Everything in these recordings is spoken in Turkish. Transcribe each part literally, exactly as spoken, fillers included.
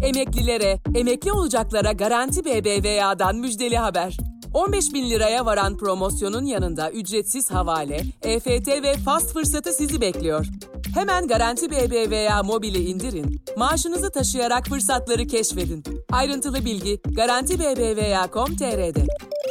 Emeklilere, emekli olacaklara Garanti B B V A'dan müjdeli haber. on beş bin liraya varan promosyonun yanında ücretsiz havale, E F T ve fast fırsatı sizi bekliyor. Hemen Garanti B B V A mobili indirin, maaşınızı taşıyarak fırsatları keşfedin. Ayrıntılı bilgi garanti b b v a nokta com nokta t r'de.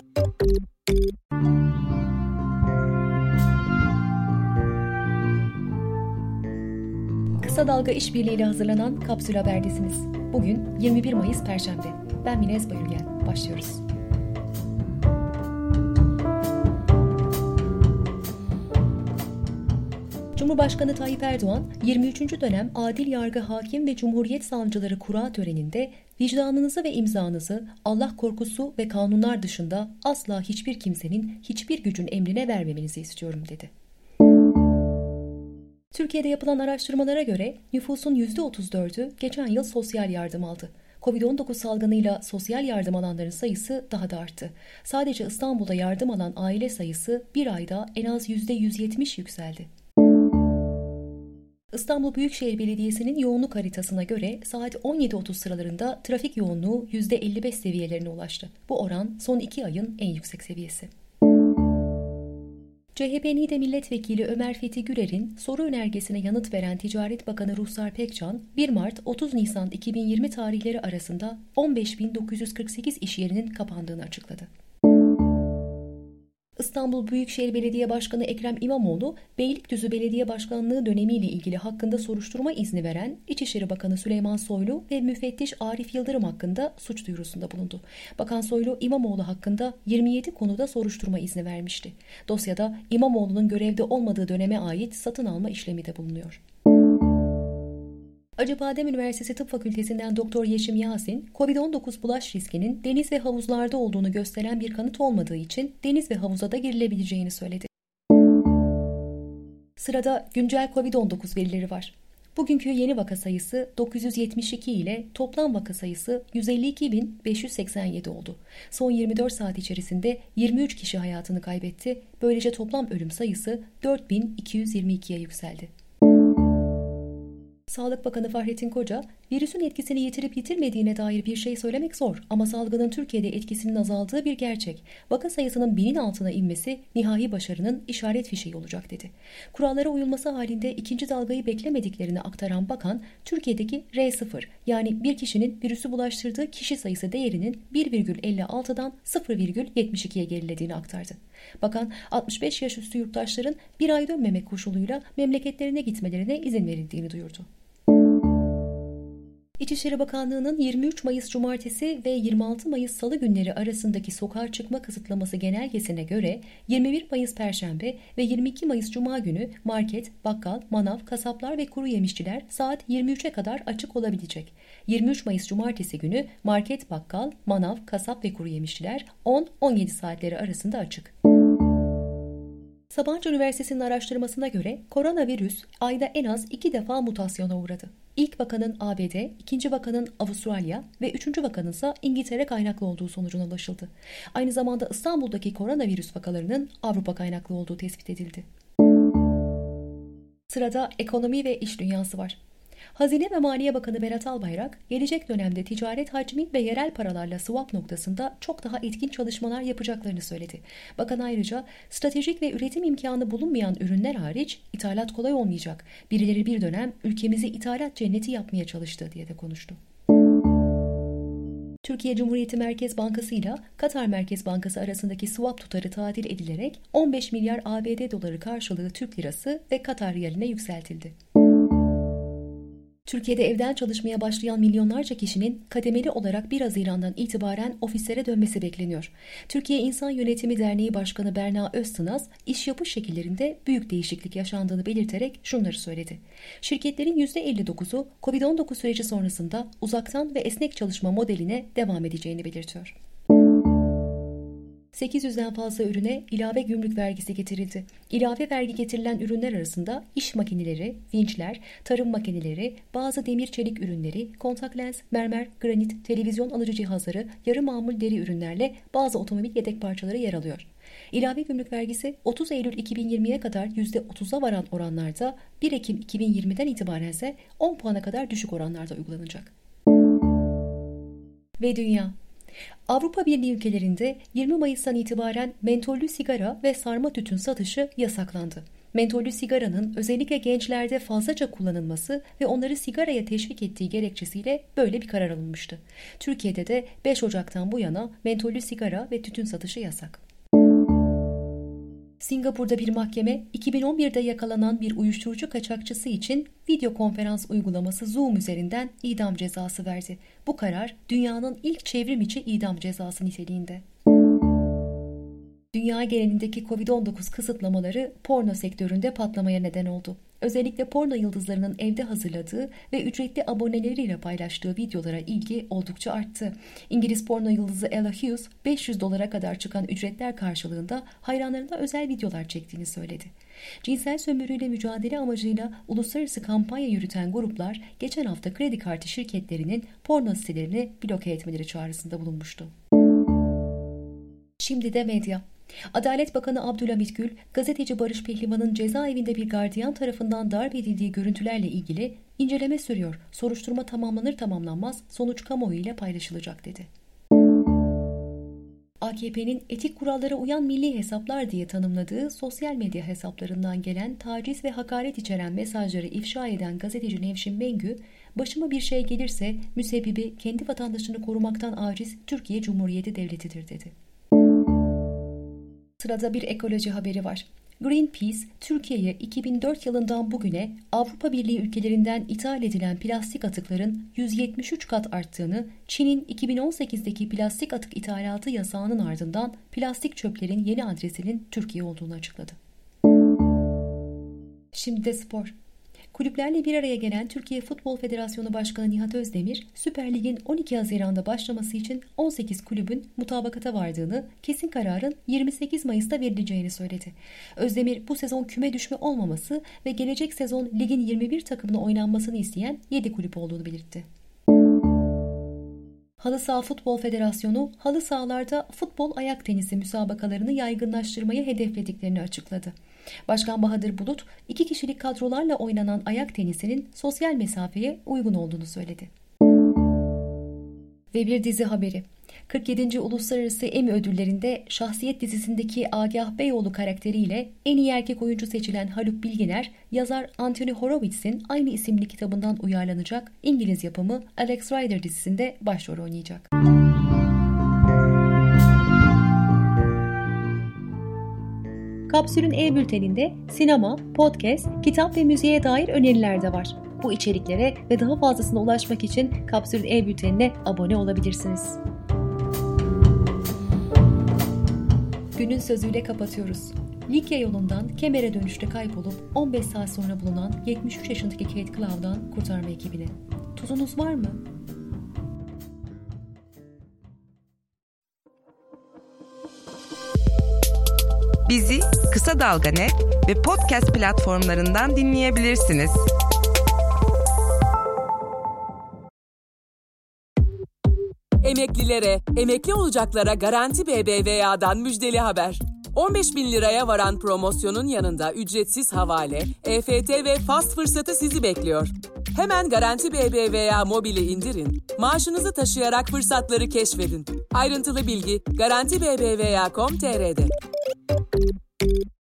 Kısa Dalga İşbirliği ile hazırlanan Kapsül Haber'desiniz. Bugün yirmi bir Mayıs Perşembe. Ben Minez Bayülgen. Başlıyoruz. Cumhurbaşkanı Tayyip Erdoğan, yirmi üçüncü dönem Adil Yargı Hakim ve Cumhuriyet Savcıları Kura töreninde vicdanınızı ve imzanızı Allah korkusu ve kanunlar dışında asla hiçbir kimsenin, hiçbir gücün emrine vermemenizi istiyorum dedi. Türkiye'de yapılan araştırmalara göre nüfusun yüzde otuz dördü geçen yıl sosyal yardım aldı. kovid on dokuz salgınıyla sosyal yardım alanların sayısı daha da arttı. Sadece İstanbul'da yardım alan aile sayısı bir ayda en az yüzde yüz yetmiş yükseldi. İstanbul Büyükşehir Belediyesi'nin yoğunluk haritasına göre saat on yedi otuz sıralarında trafik yoğunluğu yüzde elli beş seviyelerine ulaştı. Bu oran son iki ayın en yüksek seviyesi. C H P Niğde Milletvekili Ömer Fethi Gürer'in soru önergesine yanıt veren Ticaret Bakanı Ruhsar Pekcan, bir Mart otuz Nisan iki bin yirmi tarihleri arasında on beş bin dokuz yüz kırk sekiz iş yerinin kapandığını açıkladı. İstanbul Büyükşehir Belediye Başkanı Ekrem İmamoğlu, Beylikdüzü Belediye Başkanlığı dönemiyle ilgili hakkında soruşturma izni veren İçişleri Bakanı Süleyman Soylu ve müfettiş Arif Yıldırım hakkında suç duyurusunda bulundu. Bakan Soylu, İmamoğlu hakkında yirmi yedi konuda soruşturma izni vermişti. Dosyada İmamoğlu'nun görevde olmadığı döneme ait satın alma işlemi de bulunuyor. Acıbadem Üniversitesi Tıp Fakültesinden Doktor Yeşim Yasin, kovid on dokuz bulaş riskinin deniz ve havuzlarda olduğunu gösteren bir kanıt olmadığı için deniz ve havuza da girilebileceğini söyledi. Sırada güncel kovid on dokuz verileri var. Bugünkü yeni vaka sayısı dokuz yüz yetmiş iki ile toplam vaka sayısı yüz elli iki bin beş yüz seksen yedi oldu. Son yirmi dört saat içerisinde yirmi üç kişi hayatını kaybetti. Böylece toplam ölüm sayısı dört bin iki yüz yirmi ikiye yükseldi. Sağlık Bakanı Fahrettin Koca, virüsün etkisini yitirip yitirmediğine dair bir şey söylemek zor ama salgının Türkiye'de etkisinin azaldığı bir gerçek. Vaka sayısının binin altına inmesi nihai başarının işaret fişeği olacak dedi. Kurallara uyulması halinde ikinci dalgayı beklemediklerini aktaran bakan, Türkiye'deki R sıfır yani bir kişinin virüsü bulaştırdığı kişi sayısı değerinin bir virgül elli altıdan sıfır virgül yetmiş ikiye gerilediğini aktardı. Bakan, altmış beş yaş üstü yurttaşların bir ay dönmemek koşuluyla memleketlerine gitmelerine izin verildiğini duyurdu. İçişleri Bakanlığı'nın yirmi üç Mayıs Cumartesi ve yirmi altı Mayıs Salı günleri arasındaki sokağa çıkma kısıtlaması genelgesine göre yirmi bir Mayıs Perşembe ve yirmi iki Mayıs Cuma günü market, bakkal, manav, kasaplar ve kuru yemişçiler saat yirmi üçe kadar açık olabilecek. yirmi üç Mayıs Cumartesi günü market, bakkal, manav, kasap ve kuru yemişçiler on on yedi saatleri arasında açık. Sabancı Üniversitesi'nin araştırmasına göre koronavirüs ayda en az iki defa mutasyona uğradı. İlk vakanın A B D, ikinci vakanın Avustralya ve üçüncü vakanın ise İngiltere kaynaklı olduğu sonucuna ulaşıldı. Aynı zamanda İstanbul'daki koronavirüs vakalarının Avrupa kaynaklı olduğu tespit edildi. Sırada ekonomi ve iş dünyası var. Hazine ve Maliye Bakanı Berat Albayrak, gelecek dönemde ticaret hacmi ve yerel paralarla swap noktasında çok daha etkin çalışmalar yapacaklarını söyledi. Bakan ayrıca stratejik ve üretim imkanı bulunmayan ürünler hariç ithalat kolay olmayacak. Birileri bir dönem ülkemizi ithalat cenneti yapmaya çalıştı diye de konuştu. Türkiye Cumhuriyeti Merkez Bankası ile Katar Merkez Bankası arasındaki swap tutarı tadil edilerek on beş milyar A B D doları karşılığı Türk lirası ve Katar riyaline yükseltildi. Türkiye'de evden çalışmaya başlayan milyonlarca kişinin kademeli olarak bir Haziran'dan itibaren ofislere dönmesi bekleniyor. Türkiye İnsan Yönetimi Derneği Başkanı Berna Öztınaz, iş yapış şekillerinde büyük değişiklik yaşandığını belirterek şunları söyledi. Şirketlerin yüzde elli dokuzu kovid on dokuz süreci sonrasında uzaktan ve esnek çalışma modeline devam edeceğini belirtiyor. sekiz yüzden fazla ürüne ilave gümrük vergisi getirildi. İlave vergi getirilen ürünler arasında iş makineleri, vinçler, tarım makineleri, bazı demir çelik ürünleri, kontak lens, mermer, granit, televizyon alıcı cihazları, yarı mamul deri ürünlerle bazı otomobil yedek parçaları yer alıyor. İlave gümrük vergisi otuz Eylül iki bin yirmiye kadar yüzde otuza varan oranlarda, bir Ekim iki bin yirmiden itibaren ise on puana kadar düşük oranlarda uygulanacak. Ve dünya. Avrupa Birliği ülkelerinde yirmi Mayıs'tan itibaren mentollü sigara ve sarma tütün satışı yasaklandı. Mentollü sigaranın özellikle gençlerde fazlaca kullanılması ve onları sigaraya teşvik ettiği gerekçesiyle böyle bir karar alınmıştı. Türkiye'de de beş Ocak'tan bu yana mentollü sigara ve tütün satışı yasak. Singapur'da bir mahkeme iki bin on birde yakalanan bir uyuşturucu kaçakçısı için video konferans uygulaması Zoom üzerinden idam cezası verdi. Bu karar dünyanın ilk çevrim içi idam cezası niteliğinde. Dünya genelindeki kovid on dokuz kısıtlamaları porno sektöründe patlamaya neden oldu. Özellikle porno yıldızlarının evde hazırladığı ve ücretli aboneleriyle paylaştığı videolara ilgi oldukça arttı. İngiliz porno yıldızı Ella Hughes, beş yüz dolara kadar çıkan ücretler karşılığında hayranlarına özel videolar çektiğini söyledi. Cinsel sömürüyle mücadele amacıyla uluslararası kampanya yürüten gruplar geçen hafta kredi kartı şirketlerinin porno sitelerini bloke etmeleri çağrısında bulunmuştu. Şimdi de medya. Adalet Bakanı Abdülhamit Gül, gazeteci Barış Pehlivan'ın cezaevinde bir gardiyan tarafından darp edildiği görüntülerle ilgili inceleme sürüyor. Soruşturma tamamlanır tamamlanmaz sonuç kamuoyu ile paylaşılacak dedi. A K P'nin etik kurallara uyan milli hesaplar diye tanımladığı sosyal medya hesaplarından gelen taciz ve hakaret içeren mesajları ifşa eden gazeteci Nevşin Mengü, başıma bir şey gelirse müsebbibi kendi vatandaşını korumaktan aciz Türkiye Cumhuriyeti Devleti'dir dedi. Sırada bir ekoloji haberi var. Greenpeace, Türkiye'ye iki bin dört yılından bugüne Avrupa Birliği ülkelerinden ithal edilen plastik atıkların yüz yetmiş üç kat arttığını, Çin'in iki bin on sekizdeki plastik atık ithalatı yasağının ardından plastik çöplerin yeni adresinin Türkiye olduğunu açıkladı. Şimdi de spor. Kulüplerle bir araya gelen Türkiye Futbol Federasyonu Başkanı Nihat Özdemir, Süper Lig'in on iki Haziran'da başlaması için on sekiz kulübün mutabakata vardığını, kesin kararın yirmi sekiz Mayıs'ta verileceğini söyledi. Özdemir, bu sezon küme düşme olmaması ve gelecek sezon ligin yirmi bir takımına oynanmasını isteyen yedi kulüp olduğunu belirtti. Halı Saha Futbol Federasyonu, halı sahalarda futbol ayak tenisi müsabakalarını yaygınlaştırmayı hedeflediklerini açıkladı. Başkan Bahadır Bulut, iki kişilik kadrolarla oynanan ayak tenisinin sosyal mesafeye uygun olduğunu söyledi. Ve bir dizi haberi. kırk yedinci Uluslararası Emmy Ödülleri'nde Şahsiyet dizisindeki Agah Beyoğlu karakteriyle en iyi erkek oyuncu seçilen Haluk Bilginer, yazar Anthony Horowitz'in aynı isimli kitabından uyarlanacak İngiliz yapımı Alex Rider dizisinde başrol oynayacak. Kapsül'ün e-bülteninde sinema, podcast, kitap ve müziğe dair öneriler de var. Bu içeriklere ve daha fazlasına ulaşmak için Kapsül'ün e-bültenine abone olabilirsiniz. Günün sözüyle kapatıyoruz. Likya yolundan Kemer'e dönüşte kaybolup on beş saat sonra bulunan yetmiş üç yaşındaki Kate Cloud'dan kurtarma ekibine. Tuzunuz var mı? Bizi Kısa Dalga Net ve podcast platformlarından dinleyebilirsiniz. Emeklilere, emekli olacaklara Garanti B B V A'dan müjdeli haber. on beş bin liraya varan promosyonun yanında ücretsiz havale, E F T ve fast fırsatı sizi bekliyor. Hemen Garanti B B V A mobili indirin, maaşınızı taşıyarak fırsatları keşfedin. Ayrıntılı bilgi garanti b b v a nokta com nokta t r'de.